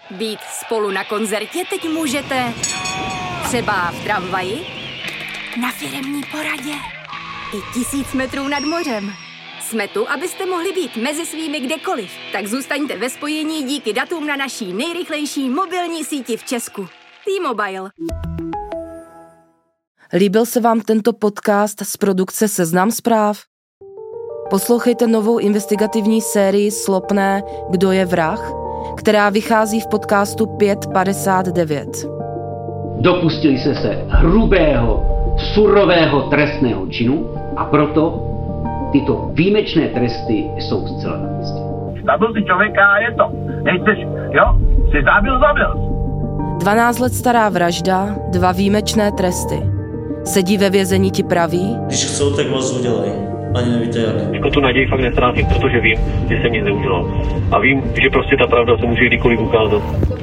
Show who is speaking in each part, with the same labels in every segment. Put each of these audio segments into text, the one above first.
Speaker 1: Být spolu na koncertě teď můžete třeba v tramvaji, na firemní poradě i 1000 metrů nad mořem. Jsme tu, abyste mohli být mezi svými kdekoliv. Tak zůstaňte ve spojení díky datům na naší nejrychlejší mobilní síti v Česku. T-Mobile.
Speaker 2: Líbil se vám tento podcast z produkce Seznam Zpráv? Poslouchejte novou investigativní sérii Slopné Kdo je vrah, která vychází v podcastu 559.
Speaker 3: Dopustili se hrubého, surového trestného činu a proto tyto výjimečné tresty jsou zcela na místě.
Speaker 4: Zabil si člověka a je to. Nejseš, jo? Jsi zabil.
Speaker 2: 12 let stará vražda, 2 výjimečné tresty. Sedí ve vězení ti praví?
Speaker 5: Když chcou, tak vás udělají. Ani nevíte jak.
Speaker 6: Jako tu naději fakt nestrácím, protože vím, že jsem nic neudělal. A vím, že prostě ta pravda se může kdykoliv ukázat.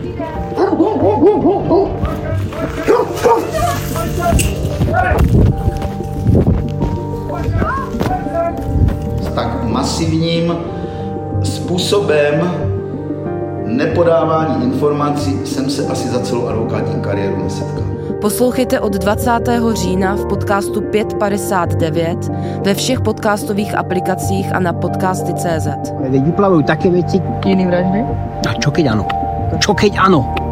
Speaker 7: S tak masivním způsobem nepodávání informací jsem se asi za celou advokátní kariéru nesetkal.
Speaker 2: Poslouchejte od 20. října v podcastu 559 ve všech podcastových aplikacích a na podcasty.cz.
Speaker 8: Vyplavují také věci k jiným vraždy? A čo keď ano?